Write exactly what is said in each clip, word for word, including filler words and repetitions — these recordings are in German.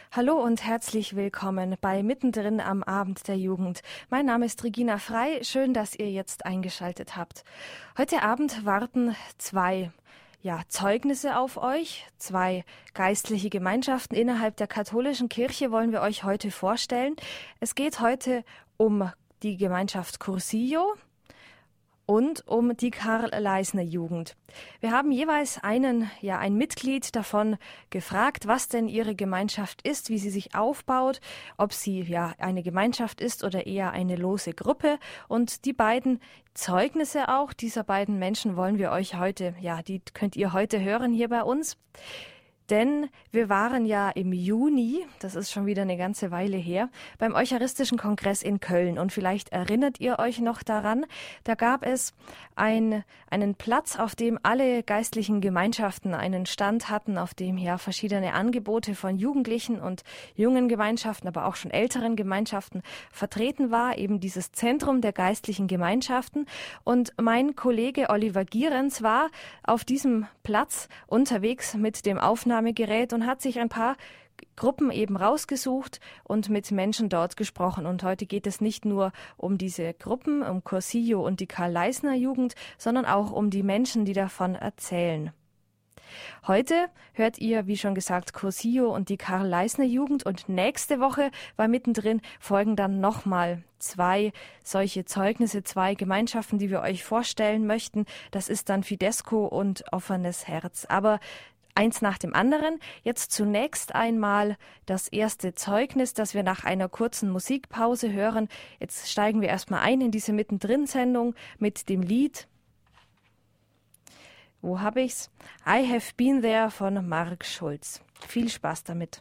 Hallo und herzlich willkommen bei Mittendrin am Abend der Jugend. Mein Name ist Regina Frei. Schön, dass ihr jetzt eingeschaltet habt. Heute Abend warten zwei ja, Zeugnisse auf euch. Zwei geistliche Gemeinschaften innerhalb der katholischen Kirche wollen wir euch heute vorstellen. Es geht heute um die Gemeinschaft Cursillo und um die Karl-Leisner-Jugend. Wir haben jeweils einen, ja, ein Mitglied davon gefragt, was denn ihre Gemeinschaft ist, wie sie sich aufbaut, ob sie ja eine Gemeinschaft ist oder eher eine lose Gruppe. Und die beiden Zeugnisse auch dieser beiden Menschen wollen wir euch heute, ja, die könnt ihr heute hören hier bei uns. Denn wir waren ja im Juni, das ist schon wieder eine ganze Weile her, beim Eucharistischen Kongress in Köln. Und vielleicht erinnert ihr euch noch daran, da gab es ein, einen Platz, auf dem alle geistlichen Gemeinschaften einen Stand hatten, auf dem ja verschiedene Angebote von Jugendlichen und jungen Gemeinschaften, aber auch schon älteren Gemeinschaften vertreten war, eben dieses Zentrum der geistlichen Gemeinschaften. Und mein Kollege Oliver Gierens war auf diesem Platz unterwegs mit dem Aufnahmegerät und hat sich ein paar Gruppen eben rausgesucht und mit Menschen dort gesprochen. Und heute geht es nicht nur um diese Gruppen, um Cursillo und die Karl-Leisner-Jugend, sondern auch um die Menschen, die davon erzählen. Heute hört ihr, wie schon gesagt, Cursillo und die Karl-Leisner-Jugend, und nächste Woche bei Mittendrin folgen dann nochmal zwei solche Zeugnisse, zwei Gemeinschaften, die wir euch vorstellen möchten. Das ist dann Fidesco und Offenes Herz. Aber eins nach dem anderen. Jetzt zunächst einmal das erste Zeugnis, das wir nach einer kurzen Musikpause hören. Jetzt steigen wir erstmal ein in diese Mittendrin-Sendung mit dem Lied. Wo habe ich's? I Have Been There von Mark Schulz. Viel Spaß damit.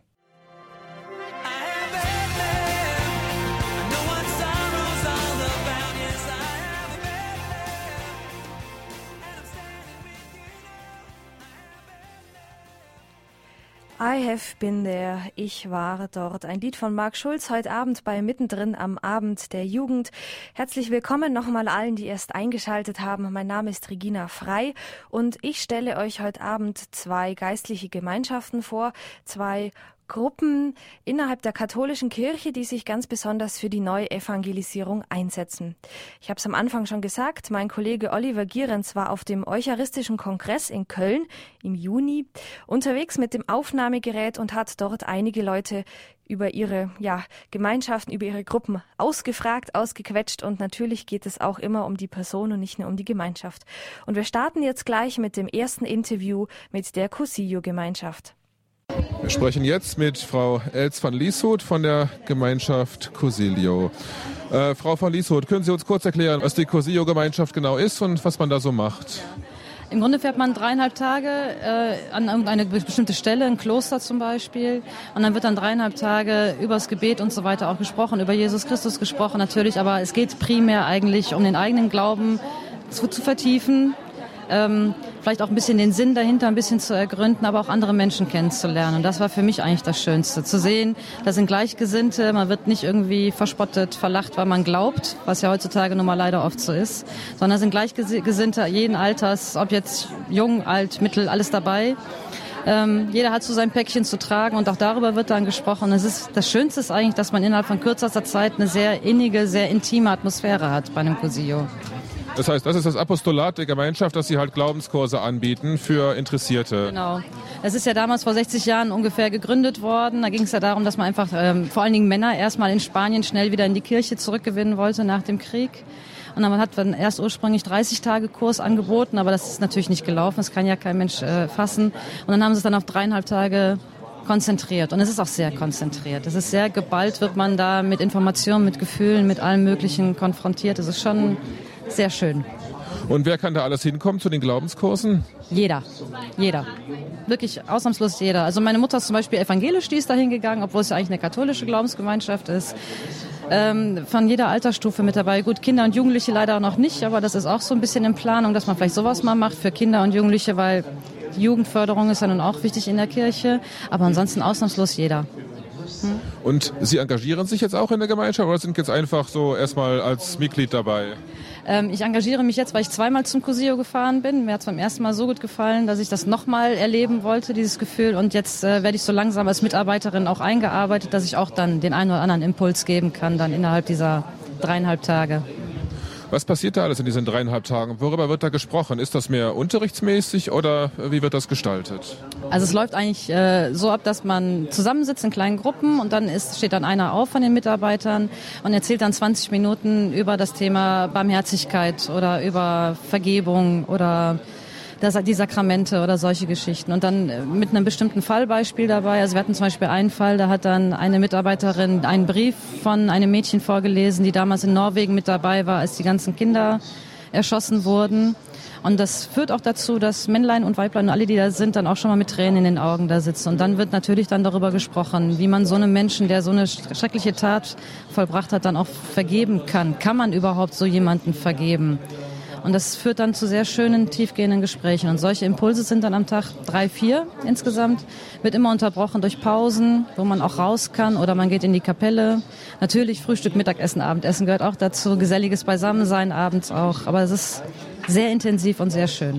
I have been there, ich war dort. Ein Lied von Mark Schulz heute Abend bei Mittendrin am Abend der Jugend. Herzlich willkommen nochmal allen, die erst eingeschaltet haben. Mein Name ist Regina Frei und ich stelle euch heute Abend zwei geistliche Gemeinschaften vor, zwei Gruppen innerhalb der katholischen Kirche, die sich ganz besonders für die Neuevangelisierung einsetzen. Ich habe es am Anfang schon gesagt, mein Kollege Oliver Gierens war auf dem Eucharistischen Kongress in Köln im Juni unterwegs mit dem Aufnahmegerät und hat dort einige Leute über ihre ja, Gemeinschaften, über ihre Gruppen ausgefragt, ausgequetscht, und natürlich geht es auch immer um die Person und nicht nur um die Gemeinschaft. Und wir starten jetzt gleich mit dem ersten Interview mit der Cursillo-Gemeinschaft. Wir sprechen jetzt mit Frau Els van Lieshout von der Gemeinschaft Cursillo. Äh, Frau van Lieshout, können Sie uns kurz erklären, was die Cursillo-Gemeinschaft genau ist und was man da so macht? Im Grunde fährt man dreieinhalb Tage äh, an irgendeine bestimmte Stelle, ein Kloster zum Beispiel, und dann wird dann dreieinhalb Tage übers Gebet und so weiter auch gesprochen, über Jesus Christus gesprochen natürlich, aber es geht primär eigentlich um den eigenen Glauben zu, zu vertiefen. Ähm, vielleicht auch ein bisschen den Sinn dahinter ein bisschen zu ergründen, aber auch andere Menschen kennenzulernen. Und das war für mich eigentlich das Schönste, zu sehen, da sind Gleichgesinnte, man wird nicht irgendwie verspottet, verlacht, weil man glaubt, was ja heutzutage nun mal leider oft so ist, sondern sind Gleichgesinnte jeden Alters, ob jetzt jung, alt, mittel, alles dabei. Ähm, jeder hat so sein Päckchen zu tragen und auch darüber wird dann gesprochen. Es ist, das Schönste ist eigentlich, dass man innerhalb von kürzester Zeit eine sehr innige, sehr intime Atmosphäre hat bei einem Cursillo. Das heißt, das ist das Apostolat der Gemeinschaft, dass sie halt Glaubenskurse anbieten für Interessierte. Genau. Es ist ja damals vor sechzig Jahren ungefähr gegründet worden. Da ging es ja darum, dass man einfach ähm, vor allen Dingen Männer erstmal in Spanien schnell wieder in die Kirche zurückgewinnen wollte nach dem Krieg. Und dann hat man erst ursprünglich dreißig Tage Kurs angeboten, aber das ist natürlich nicht gelaufen. Das kann ja kein Mensch äh, fassen. Und dann haben sie es dann auf dreieinhalb Tage konzentriert. Und es ist auch sehr konzentriert. Es ist sehr geballt, wird man da mit Informationen, mit Gefühlen, mit allem Möglichen konfrontiert. Es ist schon sehr schön. Und wer kann da alles hinkommen zu den Glaubenskursen? Jeder. Jeder. Wirklich ausnahmslos jeder. Also meine Mutter ist zum Beispiel evangelisch, die ist da hingegangen, obwohl es ja eigentlich eine katholische Glaubensgemeinschaft ist. Ähm, von jeder Altersstufe mit dabei. Gut, Kinder und Jugendliche leider noch nicht, aber das ist auch so ein bisschen in Planung, dass man vielleicht sowas mal macht für Kinder und Jugendliche, weil Jugendförderung ist ja nun auch wichtig in der Kirche. Aber ansonsten ausnahmslos jeder. Hm. Und Sie engagieren sich jetzt auch in der Gemeinschaft oder sind jetzt einfach so erstmal als Mitglied dabei? Ähm, ich engagiere mich jetzt, weil ich zweimal zum Cosio gefahren bin. Mir hat es beim ersten Mal so gut gefallen, dass ich das nochmal erleben wollte, dieses Gefühl. Und jetzt äh, werde ich so langsam als Mitarbeiterin auch eingearbeitet, dass ich auch dann den einen oder anderen Impuls geben kann, dann innerhalb dieser dreieinhalb Tage. Was passiert da alles in diesen dreieinhalb Tagen? Worüber wird da gesprochen? Ist das mehr unterrichtsmäßig oder wie wird das gestaltet? Also es läuft eigentlich äh, so ab, dass man zusammensitzt in kleinen Gruppen und dann ist, steht dann einer auf von den Mitarbeitern und erzählt dann zwanzig Minuten über das Thema Barmherzigkeit oder über Vergebung oder das, die Sakramente oder solche Geschichten. Und dann mit einem bestimmten Fallbeispiel dabei. Also wir hatten zum Beispiel einen Fall, da hat dann eine Mitarbeiterin einen Brief von einem Mädchen vorgelesen, die damals in Norwegen mit dabei war, als die ganzen Kinder erschossen wurden. Und das führt auch dazu, dass Männlein und Weiblein und alle, die da sind, dann auch schon mal mit Tränen in den Augen da sitzen. Und dann wird natürlich dann darüber gesprochen, wie man so einem Menschen, der so eine schreckliche Tat vollbracht hat, dann auch vergeben kann. Kann man überhaupt so jemanden vergeben? Und das führt dann zu sehr schönen, tiefgehenden Gesprächen. Und solche Impulse sind dann am Tag drei, vier insgesamt. Wird immer unterbrochen durch Pausen, wo man auch raus kann oder man geht in die Kapelle. Natürlich Frühstück, Mittagessen, Abendessen gehört auch dazu. Geselliges Beisammensein abends auch. Aber es ist sehr intensiv und sehr schön.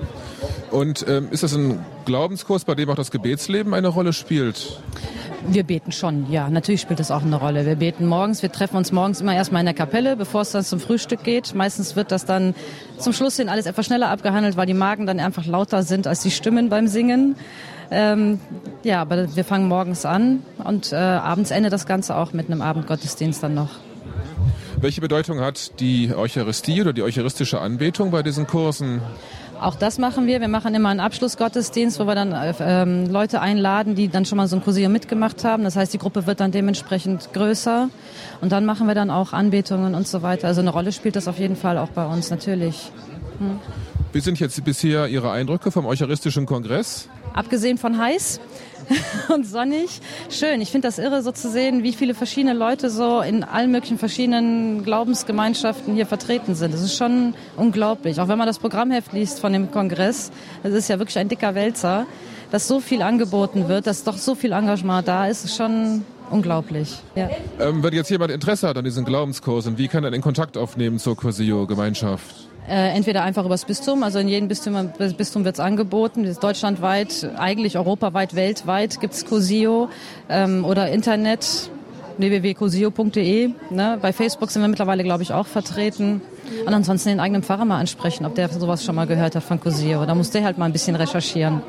Und ähm, ist das ein Glaubenskurs, bei dem auch das Gebetsleben eine Rolle spielt? Wir beten schon, ja. Natürlich spielt das auch eine Rolle. Wir beten morgens, wir treffen uns morgens immer erstmal in der Kapelle, bevor es dann zum Frühstück geht. Meistens wird das dann zum Schluss hin alles etwas schneller abgehandelt, weil die Magen dann einfach lauter sind als die Stimmen beim Singen. Ähm, ja, aber wir fangen morgens an und äh, abends endet das Ganze auch mit einem Abendgottesdienst dann noch. Welche Bedeutung hat die Eucharistie oder die eucharistische Anbetung bei diesen Kursen? Auch das machen wir. Wir machen immer einen Abschlussgottesdienst, wo wir dann ähm, Leute einladen, die dann schon mal so ein Cosio mitgemacht haben. Das heißt, die Gruppe wird dann dementsprechend größer. Und dann machen wir dann auch Anbetungen und so weiter. Also eine Rolle spielt das auf jeden Fall auch bei uns, natürlich. Hm. Wie sind jetzt bisher Ihre Eindrücke vom Eucharistischen Kongress? Abgesehen von heiß und sonnig. Schön. Ich finde das irre, so zu sehen, wie viele verschiedene Leute so in allen möglichen verschiedenen Glaubensgemeinschaften hier vertreten sind. Das ist schon unglaublich. Auch wenn man das Programmheft liest von dem Kongress, das ist ja wirklich ein dicker Wälzer, dass so viel angeboten wird, dass doch so viel Engagement da ist, ist schon unglaublich. Ja. Ähm, wenn jetzt jemand Interesse hat an diesen Glaubenskursen, wie kann er den Kontakt aufnehmen zur Cosio-Gemeinschaft? Äh, entweder einfach übers Bistum, also in jedem Bistum, Bistum wird es angeboten, das ist deutschlandweit, eigentlich europaweit, weltweit gibt es Cosio ähm, oder Internet, w w w punkt cosio punkt d e. Ne? Bei Facebook sind wir mittlerweile, glaube ich, auch vertreten. Und ansonsten den eigenen Pfarrer mal ansprechen, ob der sowas schon mal gehört hat von Cosio. Da muss der halt mal ein bisschen recherchieren.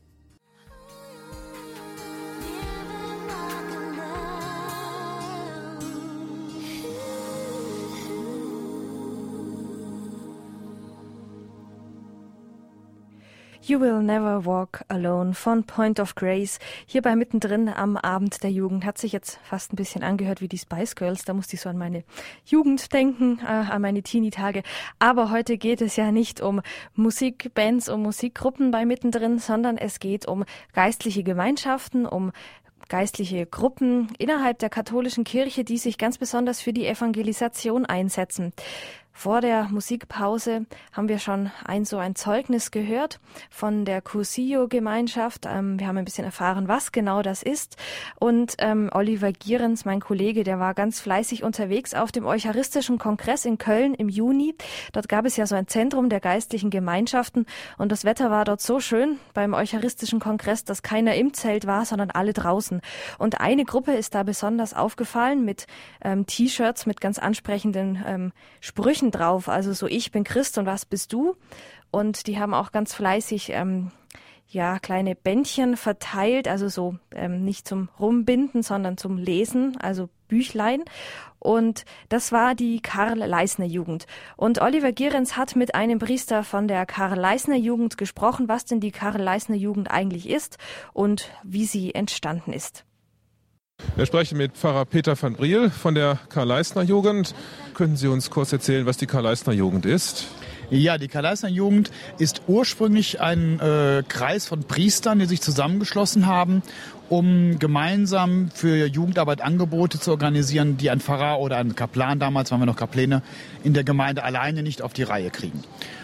You Will Never Walk Alone von Point of Grace. Hier bei Mittendrin am Abend der Jugend. Hat sich jetzt fast ein bisschen angehört wie die Spice Girls. Da musste ich so an meine Jugend denken, äh, an meine Teenie-Tage. Aber heute geht es ja nicht um Musikbands, um Musikgruppen bei Mittendrin, sondern es geht um geistliche Gemeinschaften, um geistliche Gruppen innerhalb der katholischen Kirche, die sich ganz besonders für die Evangelisation einsetzen. Vor der Musikpause haben wir schon ein so ein Zeugnis gehört von der Cosio-Gemeinschaft. Ähm, wir haben ein bisschen erfahren, was genau das ist. Und ähm, Oliver Gierens, mein Kollege, der war ganz fleißig unterwegs auf dem Eucharistischen Kongress in Köln im Juni. Dort gab es ja so ein Zentrum der geistlichen Gemeinschaften. Und das Wetter war dort so schön beim Eucharistischen Kongress, dass keiner im Zelt war, sondern alle draußen. Und eine Gruppe ist da besonders aufgefallen mit ähm, T-Shirts mit ganz ansprechenden ähm, Sprüchen drauf, also so ich bin Christ und was bist du? Und die haben auch ganz fleißig ähm, ja kleine Bändchen verteilt, also so ähm, nicht zum Rumbinden, sondern zum Lesen, also Büchlein. Und das war die Karl-Leisner-Jugend. Und Oliver Gierens hat mit einem Priester von der Karl-Leisner-Jugend gesprochen, was denn die Karl-Leisner-Jugend eigentlich ist und wie sie entstanden ist. Wir sprechen mit Pfarrer Peter van Briel von der Karl-Leisner-Jugend. Könnten Sie uns kurz erzählen, was die Karl-Leisner-Jugend ist? Ja, die Karl-Leisner-Jugend ist ursprünglich ein äh, Kreis von Priestern, die sich zusammengeschlossen haben, um gemeinsam für Jugendarbeit Angebote zu organisieren, die ein Pfarrer oder ein Kaplan, damals waren wir noch Kapläne, in der Gemeinde alleine nicht auf die Reihe kriegen.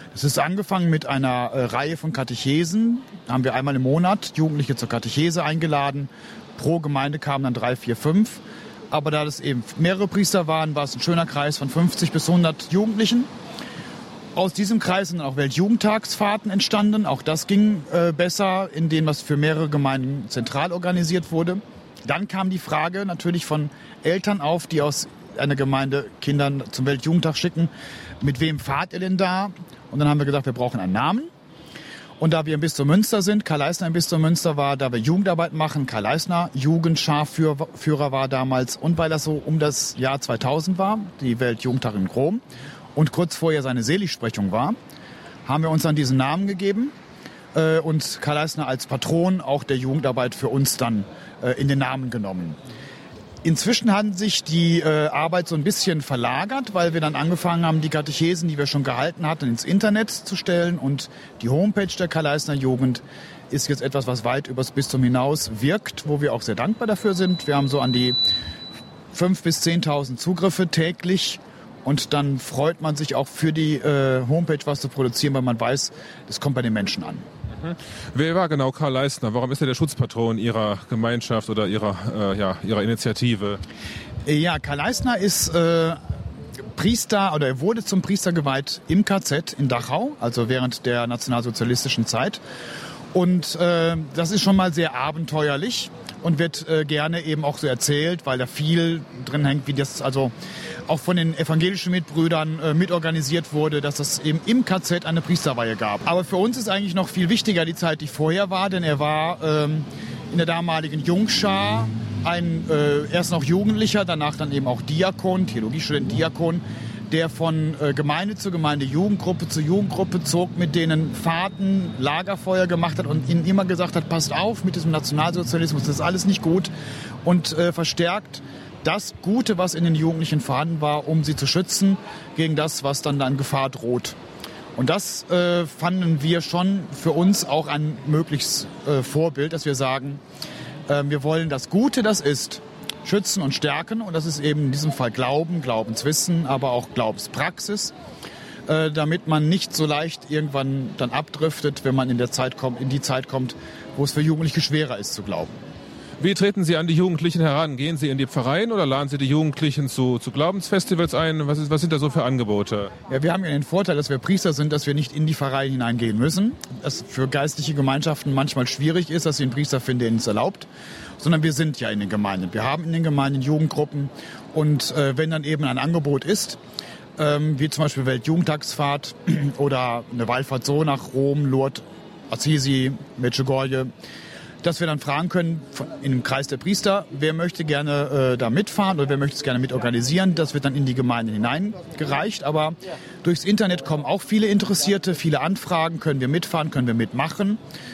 Es ist angefangen mit einer äh, Reihe von Katechesen. Da haben wir einmal im Monat Jugendliche zur Katechese eingeladen. Pro Gemeinde kamen dann drei, vier, fünf. Aber da das eben mehrere Priester waren, war es ein schöner Kreis von fünfzig bis hundert Jugendlichen. Aus diesem Kreis sind auch Weltjugendtagsfahrten entstanden. Auch das ging äh, besser, indem das für mehrere Gemeinden zentral organisiert wurde. Dann kam die Frage natürlich von Eltern auf, die aus einer Gemeinde Kindern zum Weltjugendtag schicken. Mit wem fahrt ihr denn da? Und dann haben wir gesagt, wir brauchen einen Namen. Und da wir im Bistum Münster sind, Karl Eisner im Bistum Münster war, da wir Jugendarbeit machen, Karl Eisner Jugendscharführer war damals. Und weil das so um das Jahr zweitausend war, die Weltjugendtag in Rom, und kurz vorher seine Seligsprechung war, haben wir uns dann diesen Namen gegeben äh, und Karl Eisner als Patron auch der Jugendarbeit für uns dann äh, in den Namen genommen. Inzwischen hat sich die äh, Arbeit so ein bisschen verlagert, weil wir dann angefangen haben, die Katechesen, die wir schon gehalten hatten, ins Internet zu stellen. Und die Homepage der Karl Eisner Jugend ist jetzt etwas, was weit übers Bistum hinaus wirkt, wo wir auch sehr dankbar dafür sind. Wir haben so an die fünftausend bis zehntausend Zugriffe täglich. Und dann freut man sich auch für die äh, Homepage was zu produzieren, weil man weiß, das kommt bei den Menschen an. Mhm. Wer war genau Karl Eisner? Warum ist er der Schutzpatron Ihrer Gemeinschaft oder Ihrer, äh, ja, Ihrer Initiative? Ja, Karl Eisner ist äh, Priester, oder er wurde zum Priester geweiht im K Z in Dachau, also während der nationalsozialistischen Zeit. Und äh, das ist schon mal sehr abenteuerlich und wird äh, gerne eben auch so erzählt, weil da viel drin hängt, wie das also auch von den evangelischen Mitbrüdern äh, mitorganisiert wurde, dass es eben im K Z eine Priesterweihe gab. Aber für uns ist eigentlich noch viel wichtiger die Zeit, die vorher war, denn er war ähm, in der damaligen Jungschar ein äh, erst noch Jugendlicher, danach dann eben auch Diakon, Theologiestudent Diakon, der von äh, Gemeinde zu Gemeinde, Jugendgruppe zu Jugendgruppe zog, mit denen Fahrten, Lagerfeuer gemacht hat und ihnen immer gesagt hat, passt auf mit diesem Nationalsozialismus, das ist alles nicht gut, und äh, verstärkt das Gute, was in den Jugendlichen vorhanden war, um sie zu schützen gegen das, was dann an Gefahr droht. Und das äh, fanden wir schon für uns auch ein mögliches äh, Vorbild, dass wir sagen, äh, wir wollen das Gute, das ist, schützen und stärken. Und das ist eben in diesem Fall Glauben, Glaubenswissen, aber auch Glaubenspraxis, äh, damit man nicht so leicht irgendwann dann abdriftet, wenn man in, der Zeit kommt, in die Zeit kommt, wo es für Jugendliche schwerer ist zu glauben. Wie treten Sie an die Jugendlichen heran? Gehen Sie in die Pfarreien oder laden Sie die Jugendlichen zu, zu Glaubensfestivals ein? Was, ist, was sind da so für Angebote? Ja, wir haben ja den Vorteil, dass wir Priester sind, dass wir nicht in die Pfarrei hineingehen müssen. Das für geistliche Gemeinschaften manchmal schwierig ist, dass sie einen Priester finden, der ihnen es erlaubt. Sondern wir sind ja in den Gemeinden. Wir haben in den Gemeinden Jugendgruppen. Und äh, wenn dann eben ein Angebot ist, ähm, wie zum Beispiel Weltjugendtagsfahrt oder eine Wallfahrt so nach Rom, Lourdes, Assisi, Medjugorje, dass wir dann fragen können in dem Kreis der Priester, wer möchte gerne äh, da mitfahren oder wer möchte es gerne mitorganisieren. Das wird dann in die Gemeinden hineingereicht. Aber durchs Internet kommen auch viele Interessierte, viele Anfragen, können wir mitfahren, können wir mitmachen.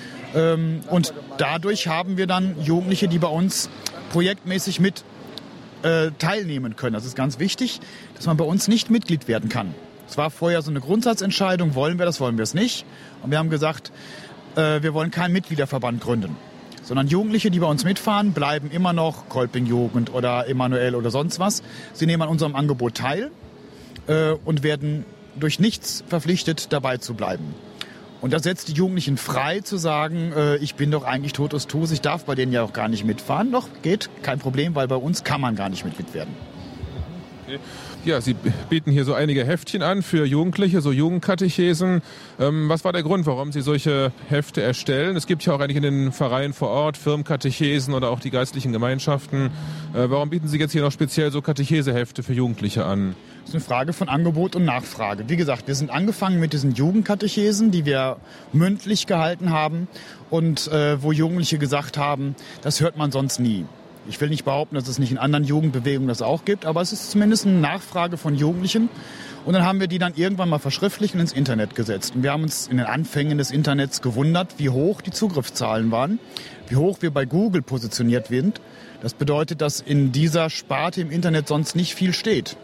Ähm, und dadurch haben wir dann Jugendliche, die bei uns projektmäßig mit äh, teilnehmen können. Das ist ganz wichtig, dass man bei uns nicht Mitglied werden kann. Es war vorher so eine Grundsatzentscheidung, wollen wir das, wollen wir es nicht. Und wir haben gesagt, äh, wir wollen keinen Mitgliederverband gründen. Sondern Jugendliche, die bei uns mitfahren, bleiben immer noch Kolping-Jugend oder Emanuel oder sonst was. Sie nehmen an unserem Angebot teil äh, und werden durch nichts verpflichtet, dabei zu bleiben. Und das setzt die Jugendlichen frei zu sagen, äh, ich bin doch eigentlich totus tuus, ich darf bei denen ja auch gar nicht mitfahren. Doch, geht, kein Problem, weil bei uns kann man gar nicht Mitglied werden. Okay. Ja, Sie bieten hier so einige Heftchen an für Jugendliche, so Jugendkatechesen. Ähm, was war der Grund, warum Sie solche Hefte erstellen? Es gibt ja auch eigentlich in den Pfarreien vor Ort Firmenkatechesen oder auch die geistlichen Gemeinschaften. Äh, warum bieten Sie jetzt hier noch speziell so Katechesehefte für Jugendliche an? Das ist eine Frage von Angebot und Nachfrage. Wie gesagt, wir sind angefangen mit diesen Jugendkatechesen, die wir mündlich gehalten haben und äh, wo Jugendliche gesagt haben, das hört man sonst nie. Ich will nicht behaupten, dass es nicht in anderen Jugendbewegungen das auch gibt, aber es ist zumindest eine Nachfrage von Jugendlichen. Und dann haben wir die dann irgendwann mal verschriftlich und ins Internet gesetzt. Und wir haben uns in den Anfängen des Internets gewundert, wie hoch die Zugriffszahlen waren, wie hoch wir bei Google positioniert sind. Das bedeutet, dass in dieser Sparte im Internet sonst nicht viel steht.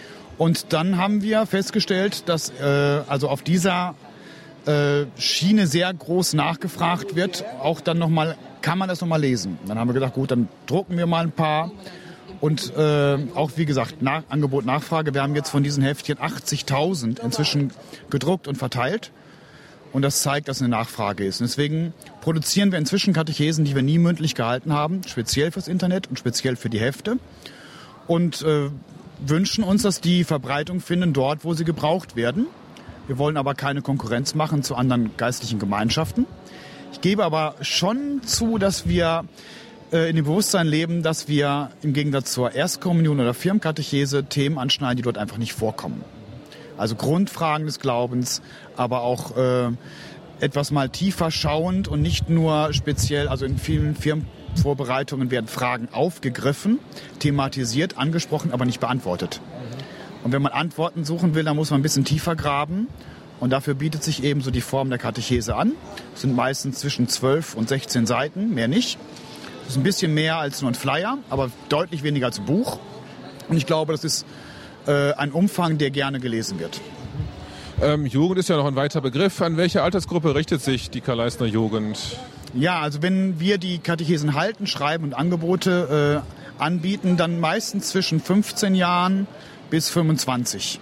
Und dann haben wir festgestellt, dass äh, also auf dieser äh, Schiene sehr groß nachgefragt wird, auch dann nochmal, kann man das nochmal lesen. Dann haben wir gedacht, gut, dann drucken wir mal ein paar Und äh, auch, wie gesagt, nach, Angebot, Nachfrage. Wir haben jetzt von diesen Heftchen achtzigtausend inzwischen gedruckt und verteilt. Und das zeigt, dass eine Nachfrage ist. Und deswegen produzieren wir inzwischen Katechesen, die wir nie mündlich gehalten haben, speziell fürs Internet und speziell für die Hefte. Und äh, wünschen uns, dass die Verbreitung finden dort, wo sie gebraucht werden. Wir wollen aber keine Konkurrenz machen zu anderen geistlichen Gemeinschaften. Ich gebe aber schon zu, dass wir äh, in dem Bewusstsein leben, dass wir im Gegensatz zur Erstkommunion oder Firmenkatechese Themen anschneiden, die dort einfach nicht vorkommen. Also Grundfragen des Glaubens, aber auch äh, etwas mal tiefer schauend und nicht nur speziell, also in vielen Firmenvorbereitungen werden Fragen aufgegriffen, thematisiert, angesprochen, aber nicht beantwortet. Und wenn man Antworten suchen will, dann muss man ein bisschen tiefer graben. Und dafür bietet sich eben so die Form der Katechese an. Das sind meistens zwischen zwölf und sechzehn Seiten, mehr nicht. Das ist ein bisschen mehr als nur ein Flyer, aber deutlich weniger als ein Buch. Und ich glaube, das ist äh, ein Umfang, der gerne gelesen wird. Ähm, Jugend ist ja noch ein weiter Begriff. An welche Altersgruppe richtet sich die Karl-Leistner Jugend? Ja, also wenn wir die Katechesen halten, schreiben und Angebote äh, anbieten, dann meistens zwischen fünfzehn Jahren bis fünfundzwanzig.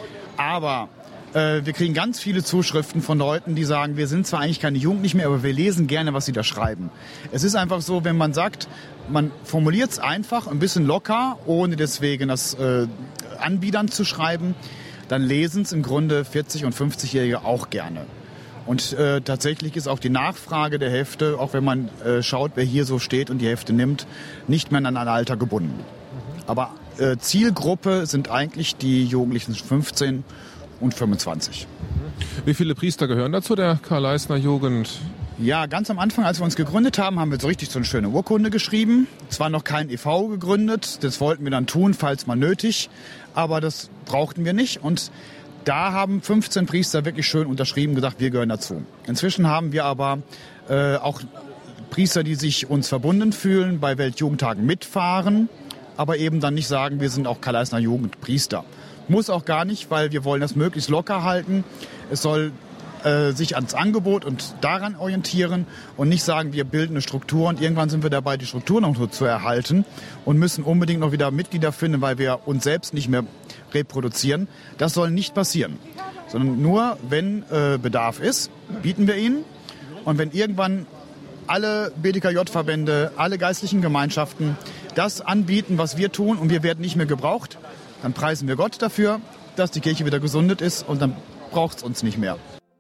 Aber äh, wir kriegen ganz viele Zuschriften von Leuten, die sagen, wir sind zwar eigentlich keine Jugendlichen mehr, aber wir lesen gerne, was sie da schreiben. Es ist einfach so, wenn man sagt, man formuliert es einfach, ein bisschen locker, ohne deswegen das äh, anbiedernd zu schreiben, dann lesen es im Grunde vierzig- und fünfzigjährige auch gerne. Und äh, tatsächlich ist auch die Nachfrage der Hefte, auch wenn man äh, schaut, wer hier so steht und die Hefte nimmt, nicht mehr an ein Alter gebunden. Aber äh, Zielgruppe sind eigentlich die Jugendlichen fünfzehn und fünfundzwanzig. Wie viele Priester gehören dazu der Karl-Leistner Jugend? Ja, ganz am Anfang, als wir uns gegründet haben, haben wir so richtig so eine schöne Urkunde geschrieben. Es war noch kein e V gegründet, das wollten wir dann tun, falls mal nötig. Aber das brauchten wir nicht und da haben fünfzehn Priester wirklich schön unterschrieben, gesagt, wir gehören dazu. Inzwischen haben wir aber äh, auch Priester, die sich uns verbunden fühlen, bei Weltjugendtagen mitfahren, aber eben dann nicht sagen, wir sind auch Karl-Leistner Jugendpriester. Muss auch gar nicht, weil wir wollen das möglichst locker halten. Es soll äh, sich ans Angebot und daran orientieren und nicht sagen, wir bilden eine Struktur und irgendwann sind wir dabei, die Struktur noch zu erhalten und müssen unbedingt noch wieder Mitglieder finden, weil wir uns selbst nicht mehr reproduzieren. Das soll nicht passieren, sondern nur, wenn äh, Bedarf ist, bieten wir ihn. Und wenn irgendwann alle B D K J-Verbände, alle geistlichen Gemeinschaften das anbieten, was wir tun und wir werden nicht mehr gebraucht, dann preisen wir Gott dafür, dass die Kirche wieder gesundet ist und dann braucht es uns nicht mehr.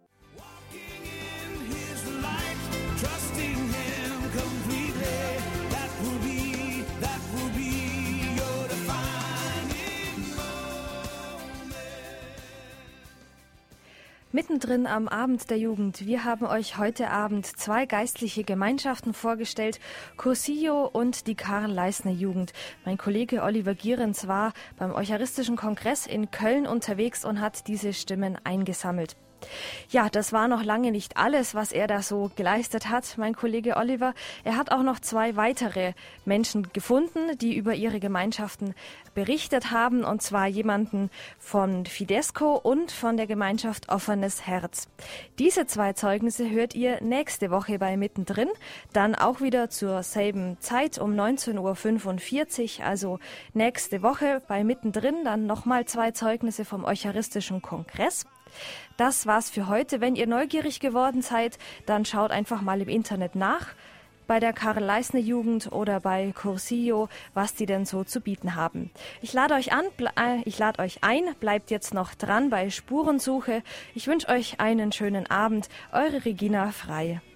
Mittendrin am Abend der Jugend. Wir haben euch heute Abend zwei geistliche Gemeinschaften vorgestellt, Cursillo und die Karl-Leistner Jugend. Mein Kollege Oliver Gierens war beim Eucharistischen Kongress in Köln unterwegs und hat diese Stimmen eingesammelt. Ja, das war noch lange nicht alles, was er da so geleistet hat, mein Kollege Oliver. Er hat auch noch zwei weitere Menschen gefunden, die über ihre Gemeinschaften berichtet haben, und zwar jemanden von Fidesco und von der Gemeinschaft Offenes Herz. Diese zwei Zeugnisse hört ihr nächste Woche bei Mittendrin, dann auch wieder zur selben Zeit um neunzehn Uhr fünfundvierzig, also nächste Woche bei Mittendrin, dann nochmal zwei Zeugnisse vom Eucharistischen Kongress. Das war's für heute. Wenn ihr neugierig geworden seid, dann schaut einfach mal im Internet nach bei der Karl-Leistner Jugend oder bei Cursillo, was die denn so zu bieten haben. Ich lade euch an, äh, ich lade euch ein, bleibt jetzt noch dran bei Spurensuche. Ich wünsche euch einen schönen Abend. Eure Regina Frei.